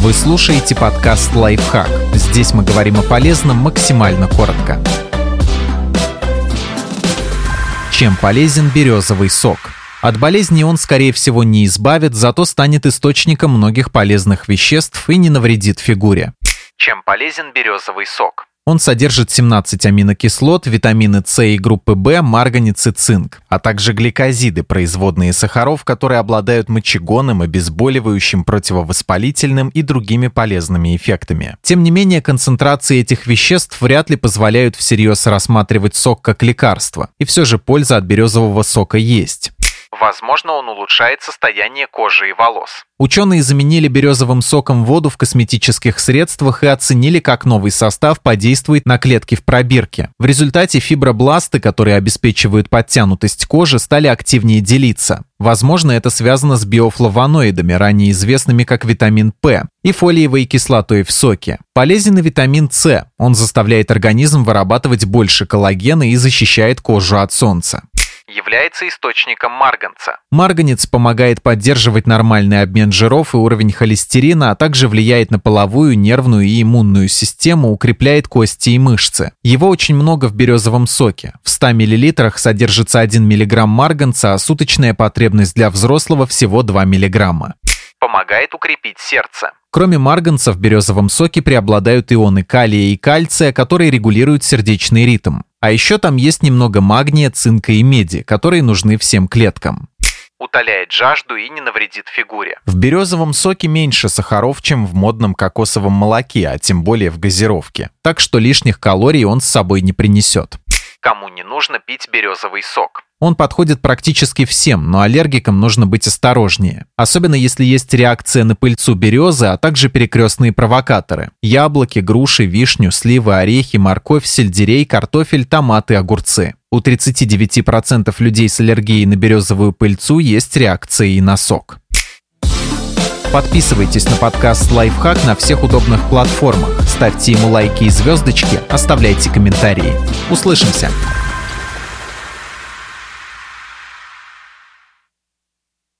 Вы слушаете подкаст «Лайфхак». Здесь мы говорим о полезном максимально коротко. Чем полезен березовый сок? От болезни он, скорее всего, не избавит, зато станет источником многих полезных веществ и не навредит фигуре. Чем полезен березовый сок? Он содержит 17 аминокислот, витамины С и группы В, марганец и цинк, а также гликозиды, производные сахаров, которые обладают мочегонным, обезболивающим, противовоспалительным и другими полезными эффектами. Тем не менее, концентрации этих веществ вряд ли позволяют всерьез рассматривать сок как лекарство, и все же польза от березового сока есть. Возможно, он улучшает состояние кожи и волос. Ученые заменили березовым соком воду в косметических средствах и оценили, как новый состав подействует на клетки в пробирке. В результате фибробласты, которые обеспечивают подтянутость кожи, стали активнее делиться. Возможно, это связано с биофлавоноидами, ранее известными как витамин П, и фолиевой кислотой в соке. Полезен и витамин С. Он заставляет организм вырабатывать больше коллагена и защищает кожу от солнца. Является источником марганца. Марганец помогает поддерживать нормальный обмен жиров и уровень холестерина, а также влияет на половую, нервную и иммунную систему, укрепляет кости и мышцы. Его очень много в березовом соке. В 100 мл содержится 1 мг марганца, а суточная потребность для взрослого всего 2 мг. Помогает укрепить сердце. Кроме марганца, в березовом соке преобладают ионы калия и кальция, которые регулируют сердечный ритм. А еще там есть немного магния, цинка и меди, которые нужны всем клеткам. Утоляет жажду и не навредит фигуре. В березовом соке меньше сахаров, чем в модном кокосовом молоке, а тем более в газировке. Так что лишних калорий он с собой не принесет. Кому не нужно пить березовый сок? Он подходит практически всем, но аллергикам нужно быть осторожнее. Особенно если есть реакция на пыльцу березы, а также перекрестные провокаторы. Яблоки, груши, вишню, сливы, орехи, морковь, сельдерей, картофель, томаты, огурцы. У 39% людей с аллергией на березовую пыльцу есть реакция и на сок. Подписывайтесь на подкаст «Лайфхак» на всех удобных платформах. Ставьте ему лайки и звездочки, оставляйте комментарии. Услышимся!